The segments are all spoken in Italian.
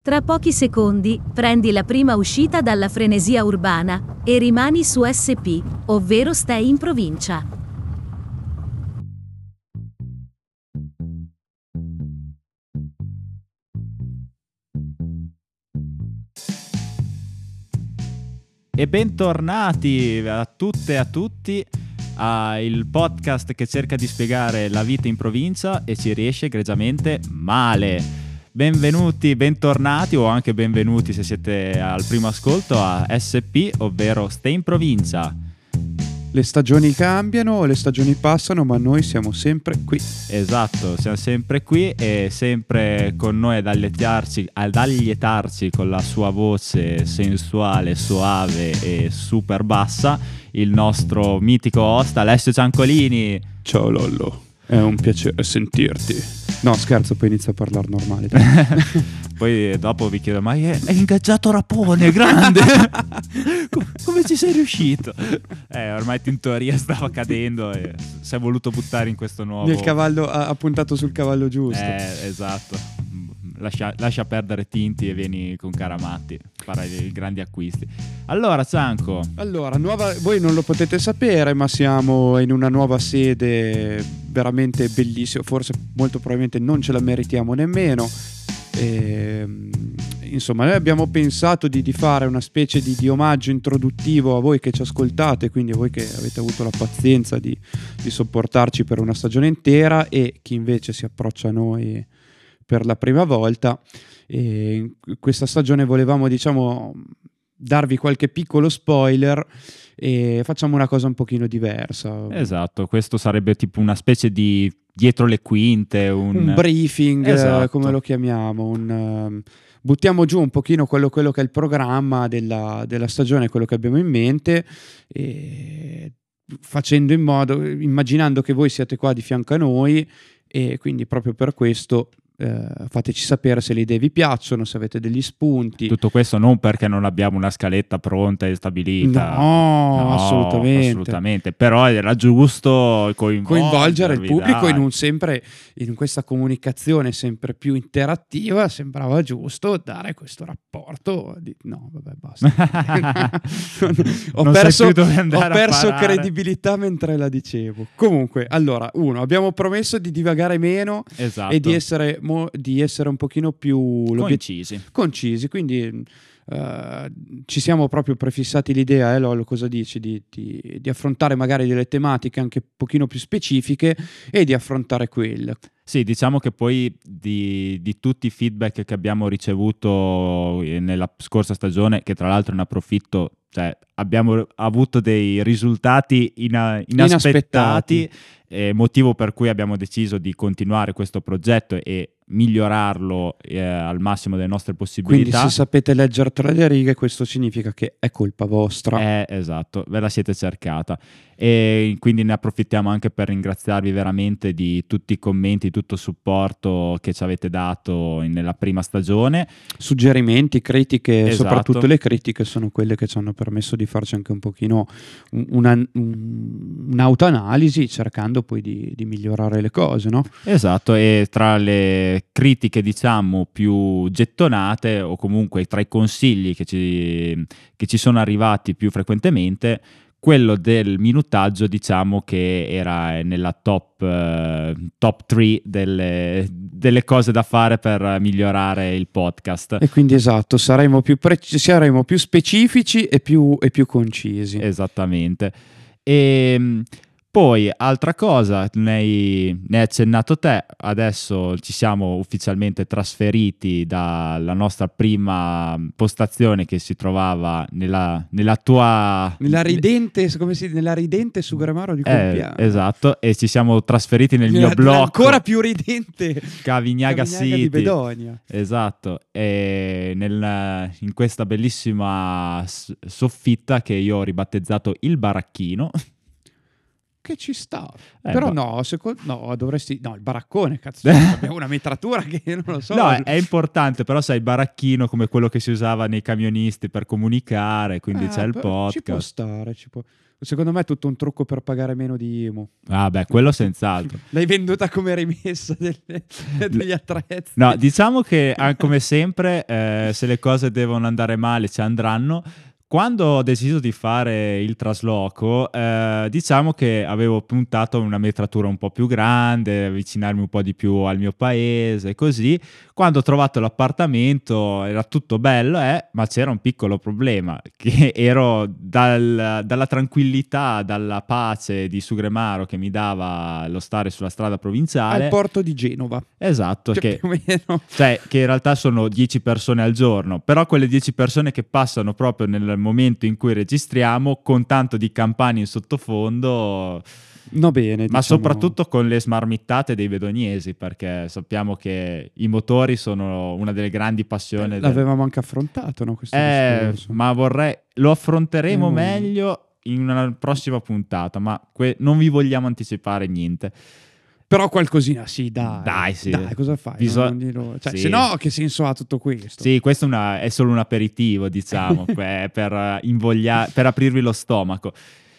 Tra pochi secondi, prendi la prima uscita dalla frenesia urbana e rimani su SP, ovvero stai in provincia. E bentornati a tutte e a tutti al podcast che cerca di spiegare la vita in provincia e ci riesce egregiamente male. Benvenuti, bentornati o anche benvenuti se siete al primo ascolto a SP, ovvero Stai in provincia. Le stagioni cambiano, le stagioni passano, ma noi siamo sempre qui. Esatto, siamo sempre qui e sempre con noi ad allietarci con la sua voce sensuale, soave e super bassa, il nostro mitico host Alessio Ciancolini. Ciao Lollo, è un piacere sentirti. No, scherzo, poi inizio a parlare normale. Poi dopo vi chiedo, ma è ingaggiato Rapone, grande! Come ci sei riuscito? Ormai in teoria stava cadendo e si è voluto buttare in questo nuovo... Il cavallo ha puntato sul cavallo giusto. Esatto. Lascia perdere Tinti e vieni con Caramatti, fare i grandi acquisti. Allora, Cianco. Allora, voi non lo potete sapere, ma siamo in una nuova sede veramente bellissima. Forse molto probabilmente non ce la meritiamo nemmeno. Insomma, noi abbiamo pensato di fare una specie di omaggio introduttivo a voi che ci ascoltate, quindi a voi che avete avuto la pazienza di sopportarci per una stagione intera, e chi invece si approccia a noi per la prima volta. In questa stagione volevamo, darvi qualche piccolo spoiler e facciamo una cosa un pochino diversa. Esatto, questo sarebbe tipo una specie di dietro le quinte, un briefing, esatto. Come lo chiamiamo, buttiamo giù un pochino quello che è il programma della stagione, quello che abbiamo in mente, e facendo in modo, immaginando che voi siate qua di fianco a noi, e quindi proprio per questo fateci sapere se le idee vi piacciono, se avete degli spunti. Tutto questo non perché non abbiamo una scaletta pronta e stabilita. No, assolutamente. Però era giusto coinvolgere il pubblico in questa comunicazione sempre più interattiva. Sembrava giusto dare questo rapporto no, vabbè, basta. ho perso credibilità mentre la dicevo. Comunque, allora, abbiamo promesso di divagare meno, esatto, e di essere un pochino più concisi, quindi ci siamo proprio prefissati l'idea, Lollo, cosa dici? Di affrontare magari delle tematiche anche un pochino più specifiche e di affrontare quelle. Sì, diciamo che poi di tutti i feedback che abbiamo ricevuto nella scorsa stagione, che tra l'altro ne approfitto, cioè abbiamo avuto dei risultati inaspettati, motivo per cui abbiamo deciso di continuare questo progetto e migliorarlo al massimo delle nostre possibilità. Quindi se sapete leggere tra le righe, questo significa che è colpa vostra. Esatto, ve la siete cercata, e quindi ne approfittiamo anche per ringraziarvi veramente di tutti i commenti, tutto il supporto che ci avete dato nella prima stagione. Suggerimenti, critiche, esatto. Soprattutto le critiche sono quelle che ci hanno permesso di farci anche un pochino un'autoanalisi, cercando poi di migliorare le cose, no? Esatto, e tra le critiche più gettonate, o comunque tra i consigli che ci sono arrivati più frequentemente, quello del minutaggio che era nella top 3 delle cose da fare per migliorare il podcast. E quindi esatto, saremo più specifici e più concisi. Esattamente. E poi, altra cosa, ne hai accennato te, adesso ci siamo ufficialmente trasferiti dalla nostra prima postazione che si trovava nella ridente su Gramaro di Compiano. Esatto, e ci siamo trasferiti nel mio blocco. Ancora più ridente. Cavignaga City. Di Bedonia. Esatto, e in questa bellissima soffitta che io ho ribattezzato il baracchino. Che ci sta, però dovresti... No, il baraccone, cazzo, abbiamo una metratura che non lo so. No, è importante, però sai, il baracchino come quello che si usava nei camionisti per comunicare, quindi c'è il podcast. Ci può stare, Secondo me è tutto un trucco per pagare meno di IMU. Ah beh, quello senz'altro. L'hai venduta come rimessa degli attrezzi. No, diciamo che come sempre, se le cose devono andare male ci andranno. Quando ho deciso di fare il trasloco, diciamo che avevo puntato a una metratura un po' più grande, avvicinarmi un po' di più al mio paese, così. Quando ho trovato l'appartamento era tutto bello, ma c'era un piccolo problema, che ero dalla tranquillità, dalla pace di Sugremaro che mi dava lo stare sulla strada provinciale. Al porto di Genova. Esatto, Cioè, più o meno. che in realtà sono 10 persone al giorno, però quelle 10 persone che passano proprio nel momento in cui registriamo, con tanto di campane in sottofondo, No, bene, ma diciamo... soprattutto con le smarmittate dei vedognesi, perché sappiamo che i motori sono una delle grandi passioni. L'avevamo anche affrontato, no, questo discorso. Ma lo affronteremo meglio in una prossima puntata, ma non vi vogliamo anticipare niente. Però qualcosina, sì, dai. Sì. Dai, cosa fai? Cioè, sì. Se no, che senso ha tutto questo? Sì, questo è solo un aperitivo, diciamo, per aprirvi lo stomaco.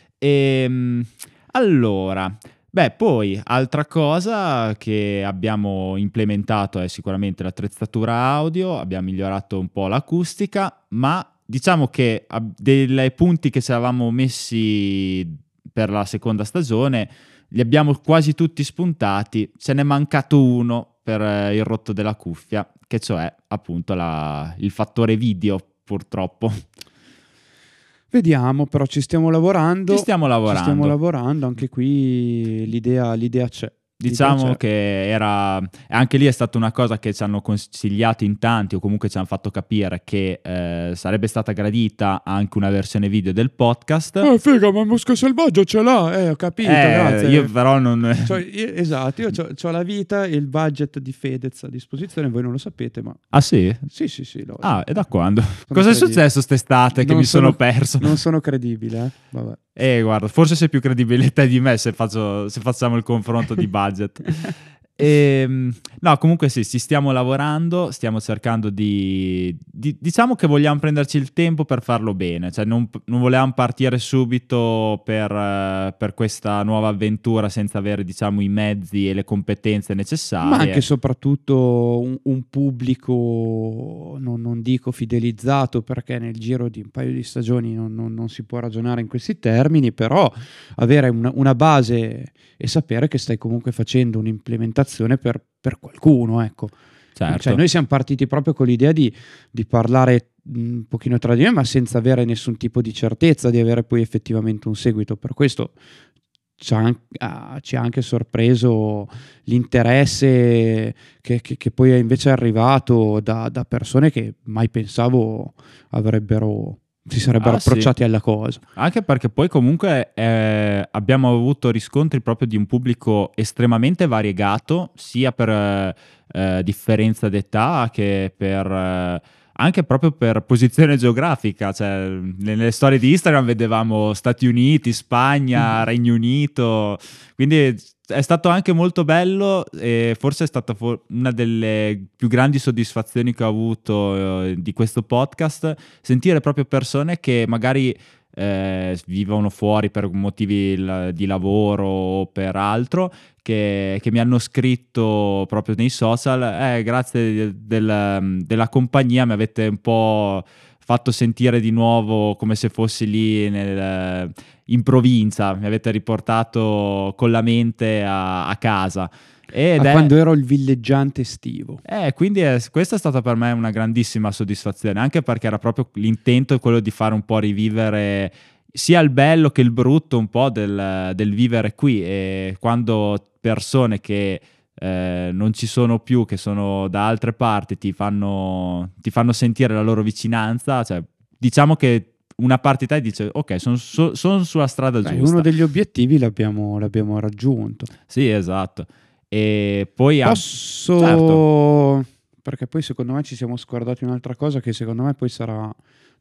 Allora, poi altra cosa che abbiamo implementato è sicuramente l'attrezzatura audio, abbiamo migliorato un po' l'acustica, ma diciamo che dei punti che ci avevamo messi per la seconda stagione li abbiamo quasi tutti spuntati, ce n'è mancato uno per il rotto della cuffia, che cioè appunto il fattore video, purtroppo. Vediamo, però ci stiamo lavorando. Ci stiamo lavorando, anche qui l'idea c'è. Diciamo che anche lì è stata una cosa che ci hanno consigliato in tanti, o comunque ci hanno fatto capire che sarebbe stata gradita anche una versione video del podcast. Figa, ma Mosca Selvaggio ce l'ha, ho capito, grazie. Io però non... Esatto, io ho la vita e il budget di Fedez a disposizione, voi non lo sapete, ma... Ah sì? Sì. E da quando? Cosa è successo quest'estate che mi sono perso? Non sono credibile, vabbè. Guarda, forse sei più credibile te di me se facciamo il confronto di budget. No, comunque sì, ci stiamo lavorando, stiamo cercando diciamo che vogliamo prenderci il tempo per farlo bene, cioè non volevamo partire subito per questa nuova avventura senza avere, diciamo, i mezzi e le competenze necessarie. Ma anche soprattutto un pubblico, non dico fidelizzato, perché nel giro di un paio di stagioni non si può ragionare in questi termini, però avere una base e sapere che stai comunque facendo un'implementazione per qualcuno, ecco. Certo. Cioè, noi siamo partiti proprio con l'idea di parlare un pochino tra di noi, ma senza avere nessun tipo di certezza di avere poi effettivamente un seguito. Per questo ci ha anche sorpreso l'interesse che poi è invece arrivato da persone che mai pensavo si sarebbero approcciati alla cosa. Anche perché poi comunque abbiamo avuto riscontri proprio di un pubblico estremamente variegato, sia per differenza d'età che per anche proprio per posizione geografica. Cioè, nelle storie di Instagram vedevamo Stati Uniti, Spagna, Regno Unito, quindi è stato anche molto bello, e forse è stata una delle più grandi soddisfazioni che ho avuto di questo podcast, sentire proprio persone che magari vivono fuori per motivi di lavoro o per altro, che mi hanno scritto proprio nei social: grazie della compagnia, mi avete un po' fatto sentire di nuovo come se fossi lì in provincia, mi avete riportato con la mente a casa. Quando ero il villeggiante estivo. Quindi questa è stata per me una grandissima soddisfazione, anche perché era proprio l'intento quello di fare un po' rivivere sia il bello che il brutto un po' del vivere qui, e quando persone che non ci sono più, che sono da altre parti, ti fanno sentire la loro vicinanza, cioè diciamo che una parte di te dice ok, sono sulla strada giusta. Uno degli obiettivi l'abbiamo raggiunto. Sì, esatto. E poi posso... Certo. Perché poi secondo me ci siamo scordati un'altra cosa che secondo me poi sarà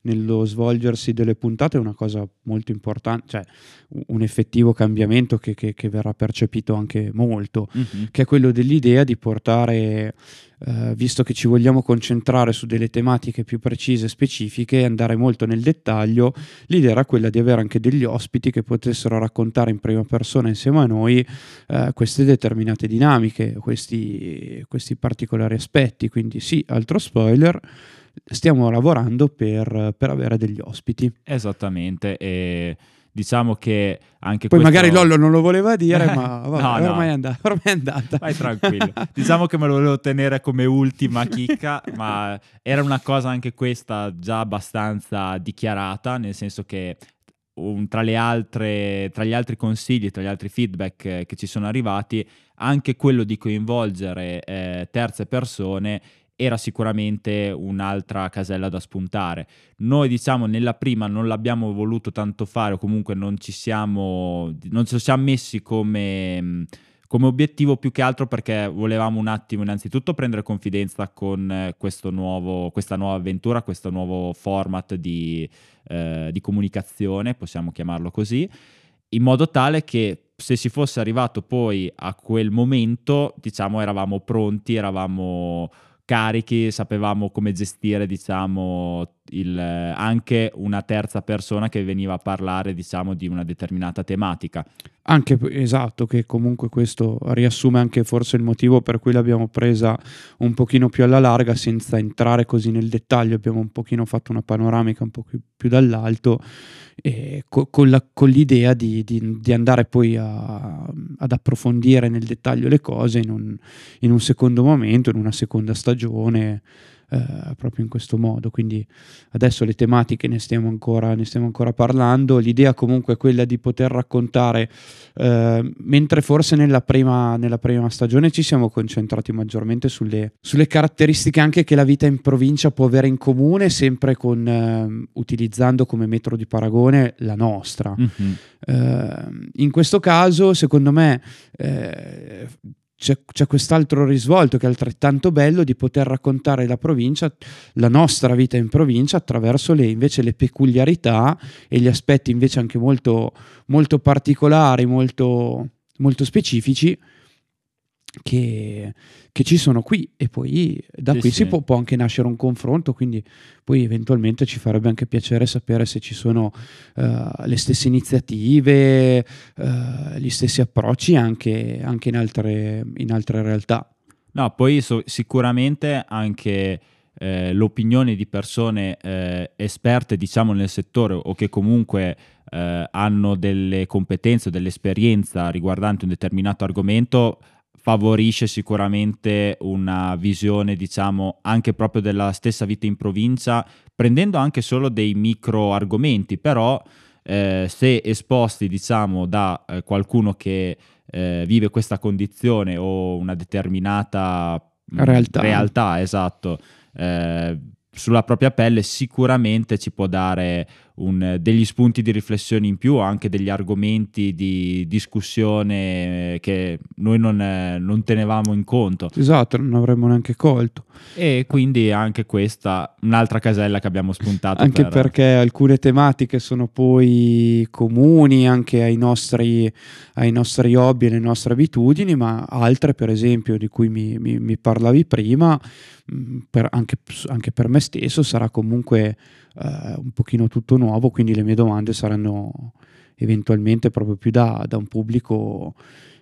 nello svolgersi delle puntate è una cosa molto importante, cioè un effettivo cambiamento che verrà percepito anche molto, che è quello dell'idea di portare, visto che ci vogliamo concentrare su delle tematiche più precise e specifiche e andare molto nel dettaglio, l'idea era quella di avere anche degli ospiti che potessero raccontare in prima persona insieme a noi queste determinate dinamiche, questi particolari aspetti. Quindi sì, altro spoiler, stiamo lavorando per avere degli ospiti. Esattamente, e diciamo che anche poi questo... magari Lollo non lo voleva dire, ma vabbè, No. ormai è andata. Vai tranquillo. Diciamo che me lo volevo tenere come ultima chicca, ma era una cosa anche questa già abbastanza dichiarata, nel senso che tra gli altri consigli, tra gli altri feedback che ci sono arrivati, anche quello di coinvolgere terze persone era sicuramente un'altra casella da spuntare. Noi, diciamo, nella prima non l'abbiamo voluto tanto fare, o comunque non ce lo siamo messi come obiettivo, più che altro perché volevamo un attimo innanzitutto prendere confidenza con questa nuova avventura, questo nuovo format di comunicazione, possiamo chiamarlo così, in modo tale che se si fosse arrivato poi a quel momento, diciamo, eravamo pronti, eravamo carichi, sapevamo come gestire, diciamo, anche una terza persona che veniva a parlare, diciamo, di una determinata tematica. Anche esatto, che comunque questo riassume anche forse il motivo per cui l'abbiamo presa un pochino più alla larga, senza entrare così nel dettaglio. Abbiamo un pochino fatto una panoramica un po' più dall'alto, e con l'idea di andare poi ad approfondire nel dettaglio le cose in un secondo momento, in una seconda stagione, proprio in questo modo. Quindi adesso le tematiche ne stiamo ancora parlando. L'idea comunque è quella di poter raccontare, mentre forse nella prima stagione ci siamo concentrati maggiormente sulle caratteristiche anche che la vita in provincia può avere in comune, sempre utilizzando come metro di paragone la nostra. In questo caso, secondo me, c'è quest'altro risvolto che è altrettanto bello, di poter raccontare la nostra vita in provincia, attraverso invece le peculiarità e gli aspetti invece anche molto, molto particolari, molto, molto specifici che ci sono qui. E poi da qui si può anche nascere un confronto, quindi poi eventualmente ci farebbe anche piacere sapere se ci sono le stesse iniziative, gli stessi approcci anche in altre realtà. No, poi sicuramente anche l'opinione di persone esperte, diciamo, nel settore, o che comunque hanno delle competenze o dell'esperienza riguardante un determinato argomento, favorisce sicuramente una visione, diciamo, anche proprio della stessa vita in provincia, prendendo anche solo dei micro argomenti, però se esposti, diciamo, da qualcuno che vive questa condizione o una determinata realtà, esatto, sulla propria pelle, sicuramente ci può dare degli spunti di riflessione in più, anche degli argomenti di discussione che noi non tenevamo in conto. Esatto, non avremmo neanche colto. E quindi anche questa un'altra casella che abbiamo spuntato. Anche perché alcune tematiche sono poi comuni anche ai nostri hobby e alle nostre abitudini, ma altre, per esempio, di cui mi parlavi prima, anche per me stesso sarà comunque un pochino tutto nuovo, quindi le mie domande saranno eventualmente proprio più da un pubblico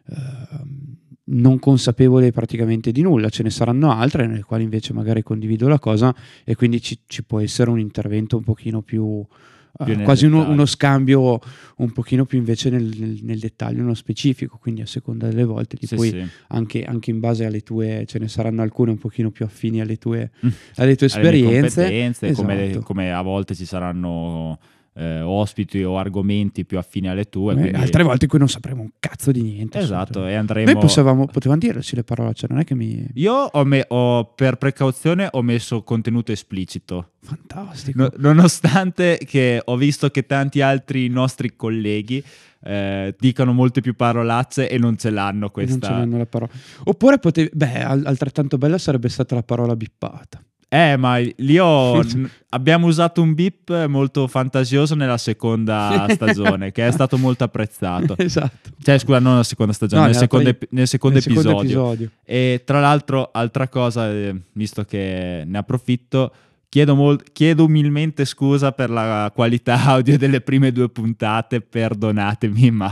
non consapevole praticamente di nulla. Ce ne saranno altre nelle quali invece magari condivido la cosa, e quindi ci può essere un intervento un pochino più quasi uno scambio un pochino più invece nel dettaglio, nello specifico. Quindi a seconda delle volte anche in base alle tue, ce ne saranno alcune un pochino più affini alle tue esperienze, esatto. come a volte ci saranno ospiti o argomenti più affini alle tue, quindi... altre volte in cui non sapremo un cazzo di niente. Esatto, e andremo... Noi potevamo dirci le parolacce, non è che Io per precauzione ho messo contenuto esplicito. Fantastico. Nonostante che ho visto che tanti altri nostri colleghi dicano molte più parolacce e non ce l'hanno questa. Non ce l'hanno la parola. Oppure altrettanto bella sarebbe stata la parola bippata. Ma lì abbiamo usato un beep molto fantasioso nella seconda stagione, che è stato molto apprezzato. Esatto. Cioè, scusa, non nella seconda stagione, nel secondo episodio. E tra l'altro, altra cosa, visto che ne approfitto, chiedo umilmente scusa per la qualità audio delle prime 2 puntate, perdonatemi, ma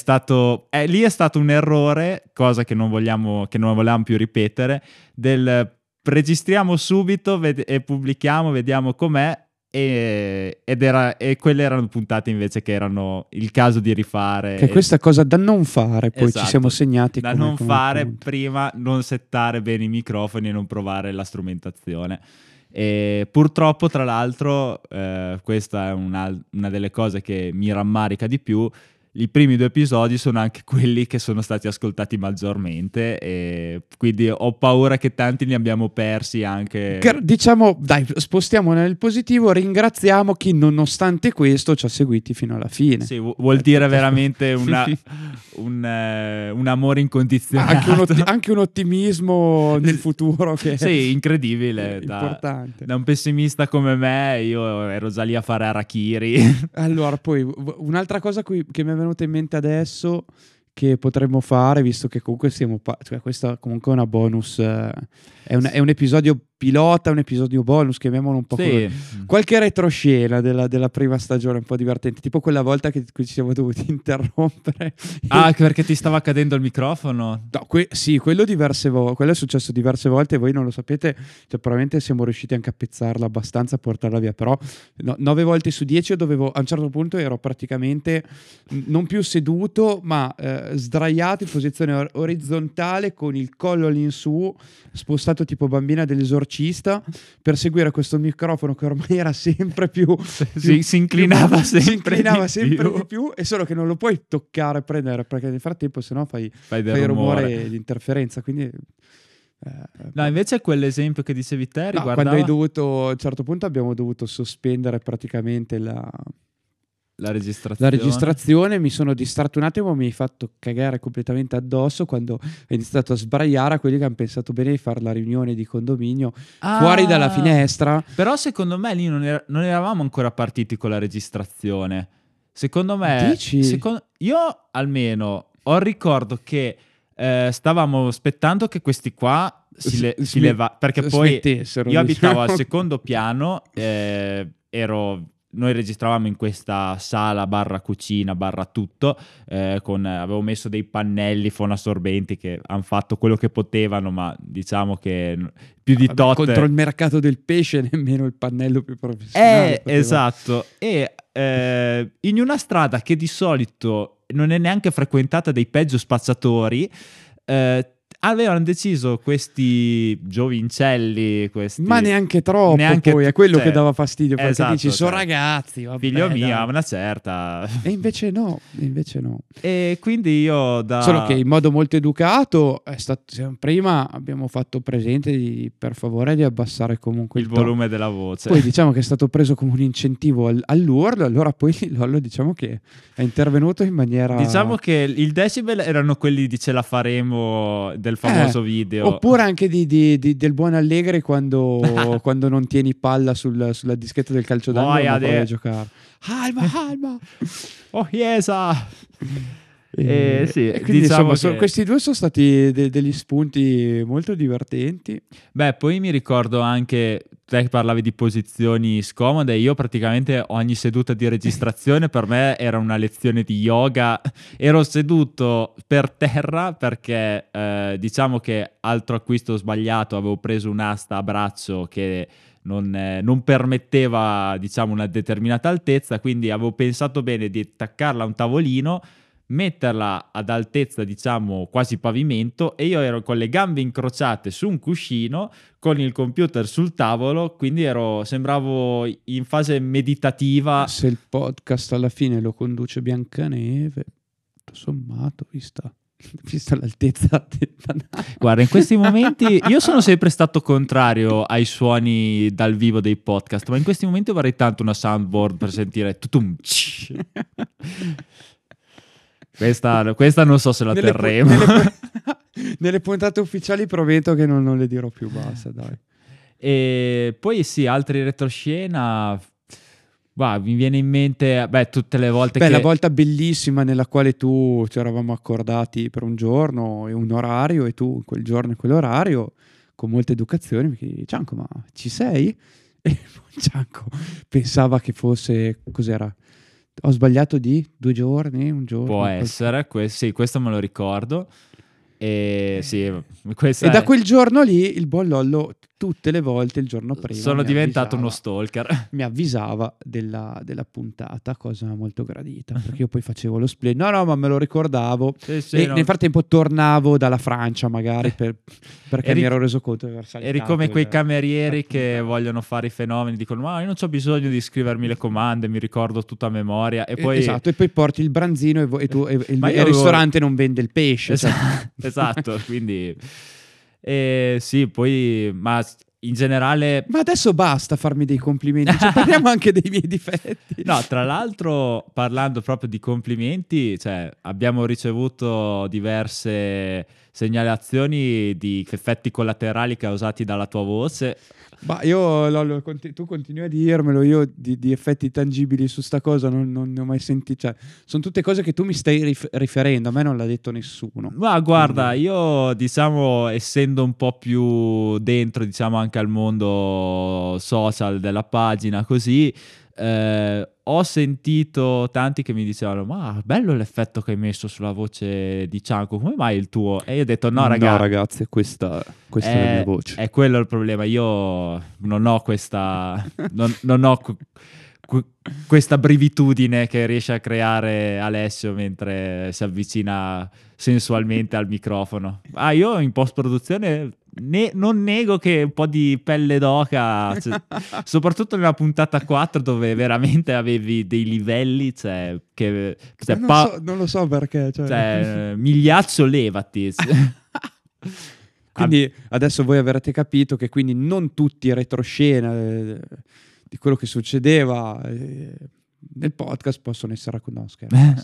lì è stato un errore, cosa che non vogliamo più ripetere, del registriamo subito e pubblichiamo, vediamo com'è, e quelle erano puntate invece che erano il caso di rifare. Che questa cosa da non fare, poi esatto, ci siamo segnati da non fare prima, non settare bene i microfoni e non provare la strumentazione. E purtroppo, tra l'altro, questa è una delle cose che mi rammarica di più. I primi 2 episodi sono anche quelli che sono stati ascoltati maggiormente, e quindi ho paura che tanti li abbiamo persi anche. Diciamo, dai, spostiamo nel positivo, ringraziamo chi nonostante questo ci ha seguiti fino alla fine. Sì, vuol dire veramente un amore incondizionato. Anche un ottimismo nel futuro che sì, incredibile. Importante. Da un pessimista come me, io ero già lì a fare harakiri. Allora, poi un'altra cosa che mi è venuta in mente adesso che potremmo fare, visto che comunque cioè questa comunque è una bonus, è un episodio pilota, un episodio bonus, chiamiamolo un po' sì. Qualche retroscena della prima stagione un po' divertente, tipo quella volta che ci siamo dovuti interrompere. Perché ti stava cadendo il microfono? No, sì, quello è successo diverse volte, voi non lo sapete, cioè probabilmente siamo riusciti anche a pezzarla abbastanza, a portarla via, però 9 volte su 10 io dovevo, a un certo punto ero praticamente non più seduto, ma sdraiato in posizione orizzontale con il collo all'insù, spostato tipo bambina dell'esorcista, per seguire questo microfono che ormai era sempre più si inclinava sempre di più, e solo che non lo puoi toccare, prendere, perché nel frattempo sennò fai rumore di interferenza, quindi no, invece quell'esempio che dicevi te riguardava... quando hai dovuto, a un certo punto abbiamo dovuto sospendere praticamente la registrazione, mi sono distratto un attimo, mi hai fatto cagare completamente addosso quando hai iniziato a sbraiare a quelli che hanno pensato bene di fare la riunione di condominio fuori dalla finestra. Però secondo me lì non eravamo ancora partiti con la registrazione. Secondo me... Dici? Io almeno ho il ricordo che stavamo aspettando che questi qua si leva, perché poi io abitavo al secondo piano, noi registravamo in questa sala / cucina / tutto, avevo messo dei pannelli fonoassorbenti che hanno fatto quello che potevano, ma diciamo che più di tot contro il mercato del pesce nemmeno il pannello più professionale esatto. E in una strada che di solito non è neanche frequentata dai peggio spacciatori, avevano deciso questi giovincelli, ma neanche troppo, poi è quello che dava fastidio, perché esatto, dici sono ragazzi, vabbè, figlio mio, una certa, e invece no. E quindi io solo che in modo molto educato prima abbiamo fatto presente per favore di abbassare comunque il volume della voce, poi diciamo che è stato preso come un incentivo all'urlo, allora poi Lollo diciamo che è intervenuto in maniera, diciamo che il decibel erano quelli di ce la faremo del famoso video, oppure anche del buon Allegri quando non tieni palla sulla dischetta del calcio d'angolo, ma provi a giocare Alba oh Chiesa. Sì, e quindi diciamo insomma questi due sono stati degli spunti molto divertenti. Beh, poi mi ricordo anche te che parlavi di posizioni scomode. Io praticamente ogni seduta di registrazione per me era una lezione di yoga. Ero seduto per terra perché diciamo che altro acquisto sbagliato, avevo preso un'asta a braccio che non permetteva, diciamo, una determinata altezza, quindi avevo pensato bene di attaccarla a un tavolino, metterla ad altezza, diciamo, quasi pavimento, e io ero con le gambe incrociate su un cuscino con il computer sul tavolo, quindi sembravo in fase meditativa. Se il podcast alla fine lo conduce Biancaneve, tutto sommato, vista l'altezza guarda, in questi momenti io sono sempre stato contrario ai suoni dal vivo dei podcast, ma in questi momenti vorrei tanto una soundboard per sentire tutum. Questa non so se la terremo. Nelle puntate ufficiali prometto che non le dirò più, basta, dai. E poi sì, altri retroscena, mi viene in mente, tutte le volte la volta bellissima nella quale ci eravamo accordati per un giorno e un orario, e tu quel giorno e quell'orario, con molta educazione, mi chiedi: Cianco, ma ci sei? E Cianco pensava che fosse, cos'era? Ho sbagliato di 2 giorni, un giorno. Può essere, sì, questo me lo ricordo. E sì, questa e da quel giorno lì il buon Lollo tutte le volte il giorno prima sono diventato uno stalker. Mi avvisava della puntata, cosa molto gradita, perché io poi facevo lo split. No, ma me lo ricordavo. Sì, nel frattempo tornavo dalla Francia magari perché mi ero reso conto di aver saltato. Eri come quei camerieri che vogliono fare i fenomeni, dicono: ma io non c'ho bisogno di scrivermi le comande, mi ricordo tutto a memoria. E poi esatto, e poi porti il branzino e il ristorante non vende il pesce. Esatto, quindi sì, poi ma in generale... Ma adesso basta farmi dei complimenti, parliamo anche dei miei difetti. No, tra l'altro, parlando proprio di complimenti, abbiamo ricevuto diverse segnalazioni di effetti collaterali causati dalla tua voce. Ma io, Lollo, tu continui a dirmelo, io di effetti tangibili su sta cosa non ne ho mai sentito. Sono tutte cose che tu mi stai riferendo, a me non l'ha detto nessuno. Ma guarda, io diciamo, essendo un po' più dentro, diciamo, anche al mondo social della pagina, così, ho sentito tanti che mi dicevano: ma bello l'effetto che hai messo sulla voce di Cianco, come mai il tuo? E io ho detto: no ragazzi, questa è la mia voce. È quello il problema, io non ho questa non ho questa brivitudine che riesce a creare Alessio mentre si avvicina sensualmente al microfono. Io in post-produzione non nego che un po' di pelle d'oca, soprattutto nella puntata 4 dove veramente avevi dei livelli, non lo so perché. Migliaccio, levati. Quindi adesso voi avrete capito che quindi non tutti i retroscena di quello che succedeva nel podcast possono essere raccontati.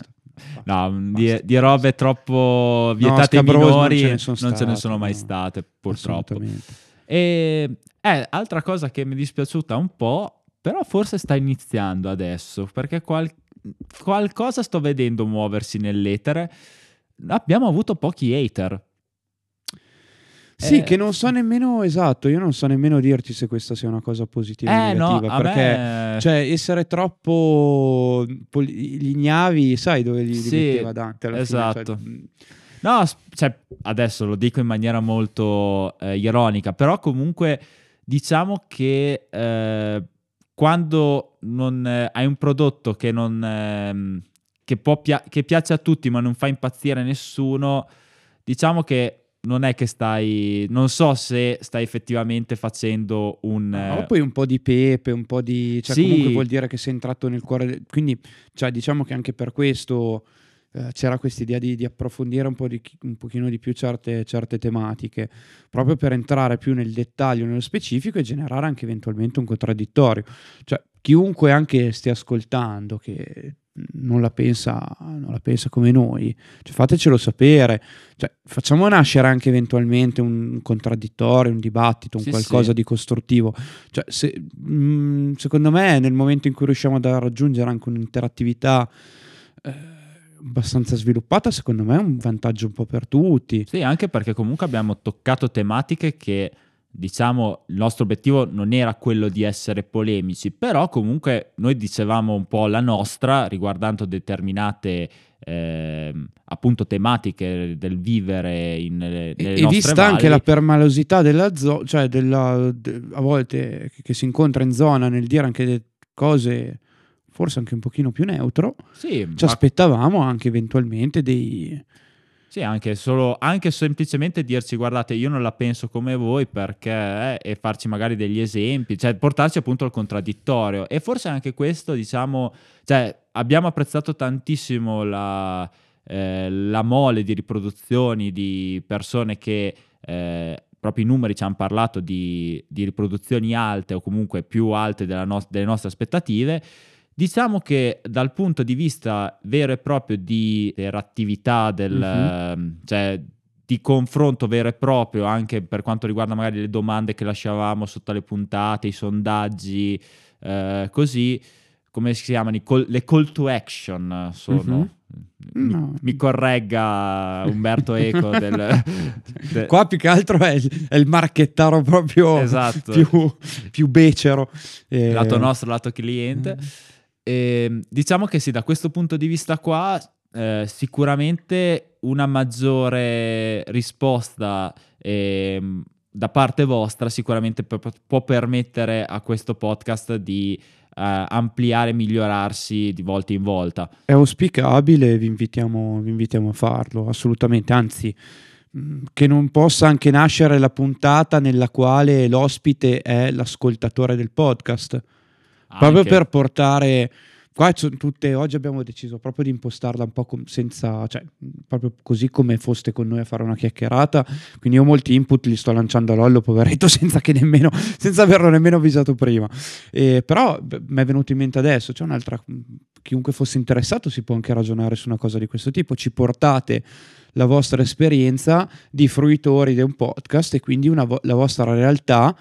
Basta. Di robe troppo vietate ai minori non ce ne sono mai state, purtroppo. E altra cosa che mi è dispiaciuta un po', però forse sta iniziando adesso, perché qualcosa sto vedendo muoversi nell'etere. Abbiamo avuto pochi hater. Sì, che non so nemmeno, esatto, io non so nemmeno dirti se questa sia una cosa positiva o negativa, no, perché essere troppo gli ignavi, sai dove li metteva Dante alla esatto. fine, No, adesso lo dico in maniera molto ironica, però comunque diciamo che quando non hai un prodotto che non che piace a tutti ma non fa impazzire nessuno, diciamo che non è che non so se stai effettivamente facendo poi un po' di pepe, un po' di... sì. Comunque vuol dire che sei entrato nel cuore... Quindi, diciamo che anche per questo c'era questa idea di approfondire un pochino di più certe tematiche, proprio per entrare più nel dettaglio, nello specifico, e generare anche eventualmente un contraddittorio. Chiunque anche stia ascoltando, che non la pensa come noi, fatecelo sapere, facciamo nascere anche eventualmente un contraddittorio, un dibattito, qualcosa di costruttivo. Secondo me nel momento in cui riusciamo a raggiungere anche un'interattività abbastanza sviluppata, secondo me è un vantaggio un po' per tutti. Sì, anche perché comunque abbiamo toccato tematiche che, diciamo, il nostro obiettivo non era quello di essere polemici, però comunque noi dicevamo un po' la nostra riguardando determinate appunto tematiche del vivere nelle nostre valli. Vista anche la permalosità della zona, a volte che si incontra in zona nel dire anche cose forse anche un pochino più neutro, ci aspettavamo anche eventualmente dei... Sì, anche semplicemente dirci: guardate, io non la penso come voi perché, e farci magari degli esempi, portarci appunto al contraddittorio. E forse anche questo, diciamo, abbiamo apprezzato tantissimo la mole di riproduzioni di persone che proprio i numeri ci hanno parlato di riproduzioni alte o comunque più alte delle nostre aspettative. Diciamo che dal punto di vista vero e proprio di interattività di confronto vero e proprio, anche per quanto riguarda magari le domande che lasciavamo sotto le puntate, i sondaggi, così, come si chiamano? Le call to action sono... No. Mi corregga Umberto Eco Qua più che altro è il marchettaro proprio esatto. più becero. Lato nostro, lato cliente. Diciamo che sì, da questo punto di vista qua sicuramente una maggiore risposta da parte vostra sicuramente può permettere a questo podcast di ampliare e migliorarsi di volta in volta. È auspicabile, vi invitiamo a farlo, assolutamente, anzi che non possa anche nascere la puntata nella quale l'ospite è l'ascoltatore del podcast, proprio per portare... Qua sono tutte, oggi abbiamo deciso proprio di impostarla un po' senza, cioè proprio così come foste con noi a fare una chiacchierata, quindi io molti input li sto lanciando a Lollo, poveretto, senza averlo nemmeno avvisato prima. Però mi è venuto in mente adesso, c'è un'altra, chiunque fosse interessato si può anche ragionare su una cosa di questo tipo, ci portate la vostra esperienza di fruitori di un podcast e quindi la vostra realtà,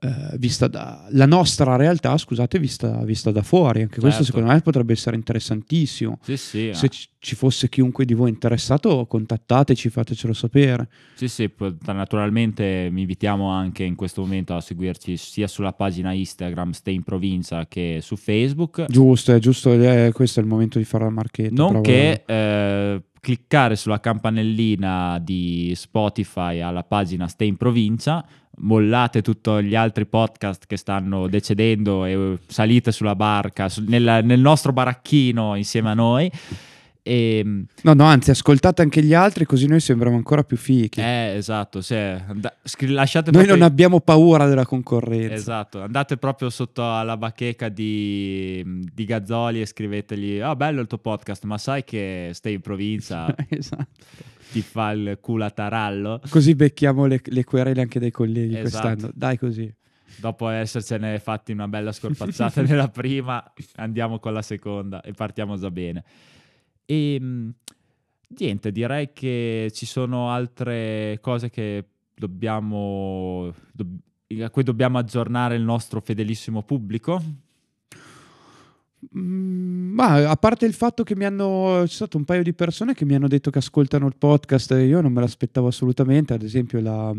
la nostra realtà, scusate, vista da fuori. Anche questo secondo me potrebbe essere interessantissimo. Sì, se ci fosse chiunque di voi interessato, contattateci, fatecelo sapere. Sì, naturalmente vi invitiamo anche in questo momento a seguirci sia sulla pagina Instagram Stay in Provincia che su Facebook. Giusto, questo è il momento di fare la marchetta. Nonché cliccare sulla campanellina di Spotify alla pagina Stay in Provincia, mollate tutti gli altri podcast che stanno decedendo e salite sulla barca nel nostro baracchino insieme a noi. No, anzi, ascoltate anche gli altri, così noi sembriamo ancora più fichi. Esatto, lasciate noi non abbiamo paura della concorrenza. Esatto, andate proprio sotto alla bacheca di Gazzoli e scrivetegli: bello il tuo podcast, ma sai che Stai in Provincia? Esatto. Ti fa il culo a tarallo. Così becchiamo le querele anche dai colleghi quest'anno. Dai, così. Dopo essercene fatti una bella scorpacciata nella prima, andiamo con la seconda e partiamo già bene. E niente, direi che ci sono altre cose che a cui dobbiamo aggiornare il nostro fedelissimo pubblico. Ma a parte il fatto che c'è stato un paio di persone che mi hanno detto che ascoltano il podcast, io non me l'aspettavo assolutamente. Ad esempio la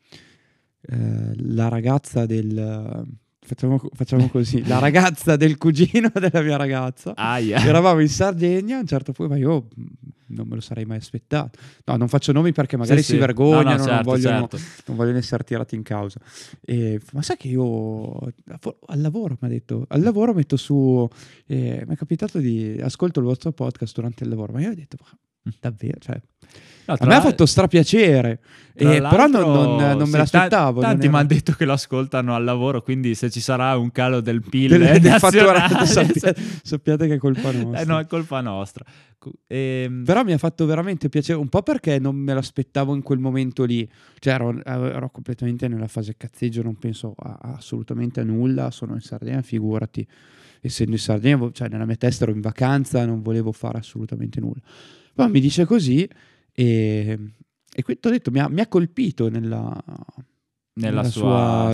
ragazza del facciamo così, la ragazza del cugino della mia ragazza. Eravamo in Sardegna a un certo punto, ma io non me lo sarei mai aspettato. No, non faccio nomi perché magari si vergognano, non vogliono essere tirati in causa. Ma sai che io al lavoro mi ha detto, al lavoro metto su, mi è capitato di ascolto il vostro podcast durante il lavoro, ma io ho detto, davvero, cioè, a me ha fatto strapiacere, però non me l'aspettavo. Tanti mi hanno detto che lo ascoltano al lavoro, quindi se ci sarà un calo del PIL del fatturato, sappiate che è colpa nostra. No, è colpa nostra. Però mi ha fatto veramente piacere, un po' perché non me l'aspettavo in quel momento lì, cioè ero completamente nella fase cazzeggio, non penso assolutamente a nulla, sono in Sardegna, figurati, essendo in Sardegna, cioè nella mia testa ero in vacanza, non volevo fare assolutamente nulla. Poi mi dice così e qui ti ho detto, mi ha colpito nel suo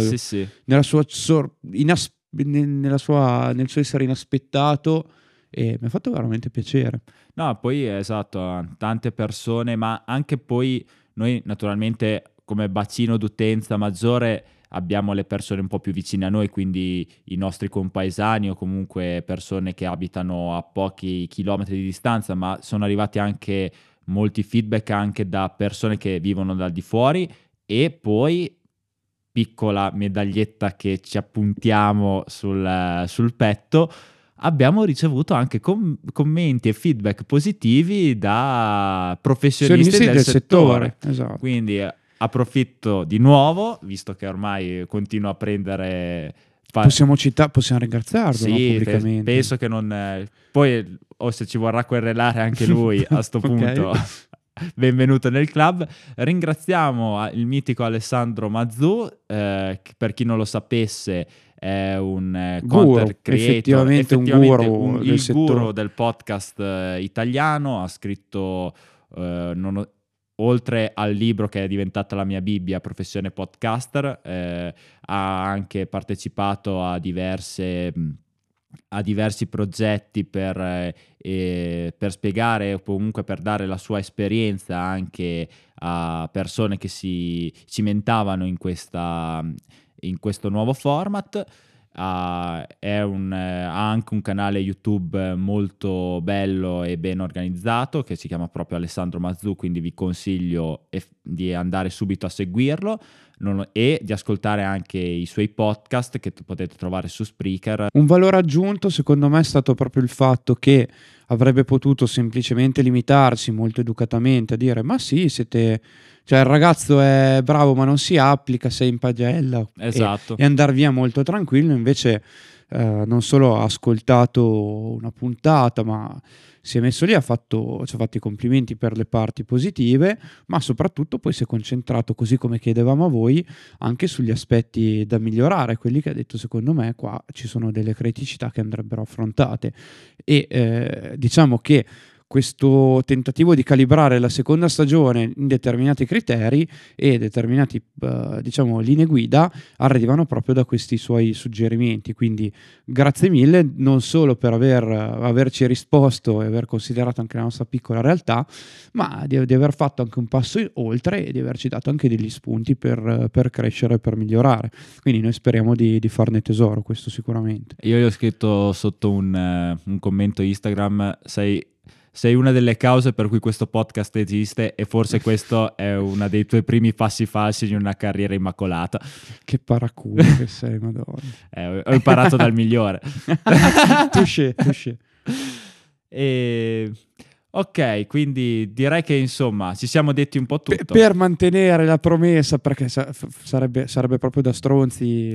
essere inaspettato, e mi ha fatto veramente piacere. No, poi esatto, tante persone, ma anche poi noi naturalmente come bacino d'utenza maggiore abbiamo le persone un po' più vicine a noi, quindi i nostri compaesani o comunque persone che abitano a pochi chilometri di distanza, ma sono arrivati anche molti feedback anche da persone che vivono dal di fuori. E poi, piccola medaglietta che ci appuntiamo sul petto, abbiamo ricevuto anche commenti e feedback positivi da professionisti del settore. Esatto. Quindi approfitto di nuovo, visto che ormai continuo a prendere... Possiamo ringraziarlo, sì, no, pubblicamente. Penso che non... Poi, se ci vorrà querelare anche lui a sto punto, benvenuto nel club. Ringraziamo il mitico Alessandro Mazzù, che per chi non lo sapesse è un content creator, effettivamente un guru il guru del podcast italiano, ha scritto oltre al libro che è diventata la mia Bibbia, Professione Podcaster, ha anche partecipato a diversi progetti per spiegare o comunque per dare la sua esperienza anche a persone che si cimentavano in questo nuovo format. Ha anche un canale YouTube molto bello e ben organizzato che si chiama proprio Alessandro Mazzù, quindi vi consiglio di andare subito a seguirlo e di ascoltare anche i suoi podcast che potete trovare su Spreaker. Un valore aggiunto secondo me è stato proprio il fatto che avrebbe potuto semplicemente limitarsi molto educatamente a dire ma sì, cioè il ragazzo è bravo ma non si applica, sei in pagella, esatto, e andare via molto tranquillo. Invece non solo ha ascoltato una puntata, ma si è messo lì, ci ha fatto i complimenti per le parti positive, ma soprattutto poi si è concentrato, così come chiedevamo a voi, anche sugli aspetti da migliorare, quelli che ha detto secondo me qua ci sono delle criticità che andrebbero affrontate. E diciamo che questo tentativo di calibrare la seconda stagione in determinati criteri e determinati linee guida arrivano proprio da questi suoi suggerimenti, quindi grazie mille non solo per averci risposto e aver considerato anche la nostra piccola realtà, ma di aver fatto anche un passo oltre e di averci dato anche degli spunti per crescere e per migliorare. Quindi noi speriamo di farne tesoro, questo sicuramente. Io gli ho scritto sotto un commento Instagram: sei una delle cause per cui questo podcast esiste e forse questo è uno dei tuoi primi passi falsi di una carriera immacolata. Che paraculo che sei, madonna. Ho imparato dal migliore. Touché. Ok, quindi direi che insomma ci siamo detti un po' tutto. Per mantenere la promessa, perché sarebbe proprio da stronzi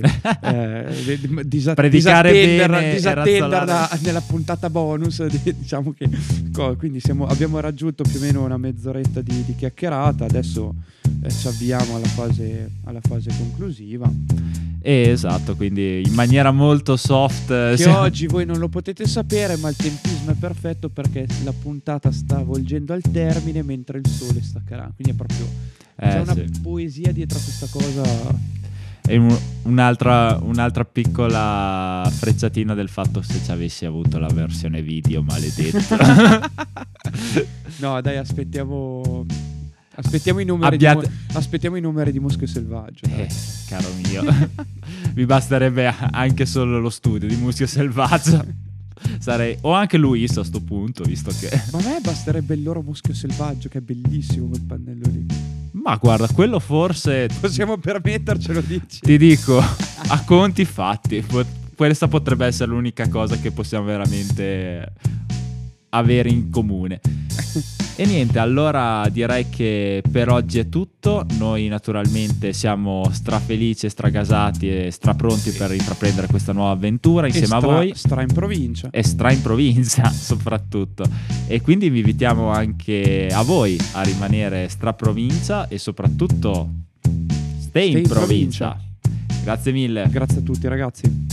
disattenderla nella puntata bonus. Diciamo che quindi abbiamo raggiunto più o meno una mezz'oretta di chiacchierata. Adesso ci avviamo alla fase conclusiva. Esatto, quindi in maniera molto soft. Che oggi voi non lo potete sapere, ma il tempismo è perfetto perché la puntata sta volgendo al termine mentre il sole sta calando. Quindi è proprio c'è una poesia dietro a questa cosa. E un'altra piccola frecciatina del fatto se ci avessi avuto la versione video, maledetto. No, dai, aspettiamo i numeri aspettiamo i numeri di Muschio Selvaggio. Caro mio, mi basterebbe anche solo lo studio di Muschio Selvaggio. O anche Luis a sto punto, visto che ma a me basterebbe il loro Muschio Selvaggio, che è bellissimo quel pannello lì. Ma guarda, quello forse possiamo permettercelo, dici? Ti dico, a conti fatti, questa potrebbe essere l'unica cosa che possiamo veramente avere in comune. E niente, allora direi che per oggi è tutto. Noi naturalmente siamo strafelici, stragasati e strapronti per intraprendere questa nuova avventura insieme a voi. Stra in provincia. E stra in provincia soprattutto. E quindi vi invitiamo anche a voi a rimanere straprovincia e soprattutto stay in provincia. Grazie mille. Grazie a tutti ragazzi.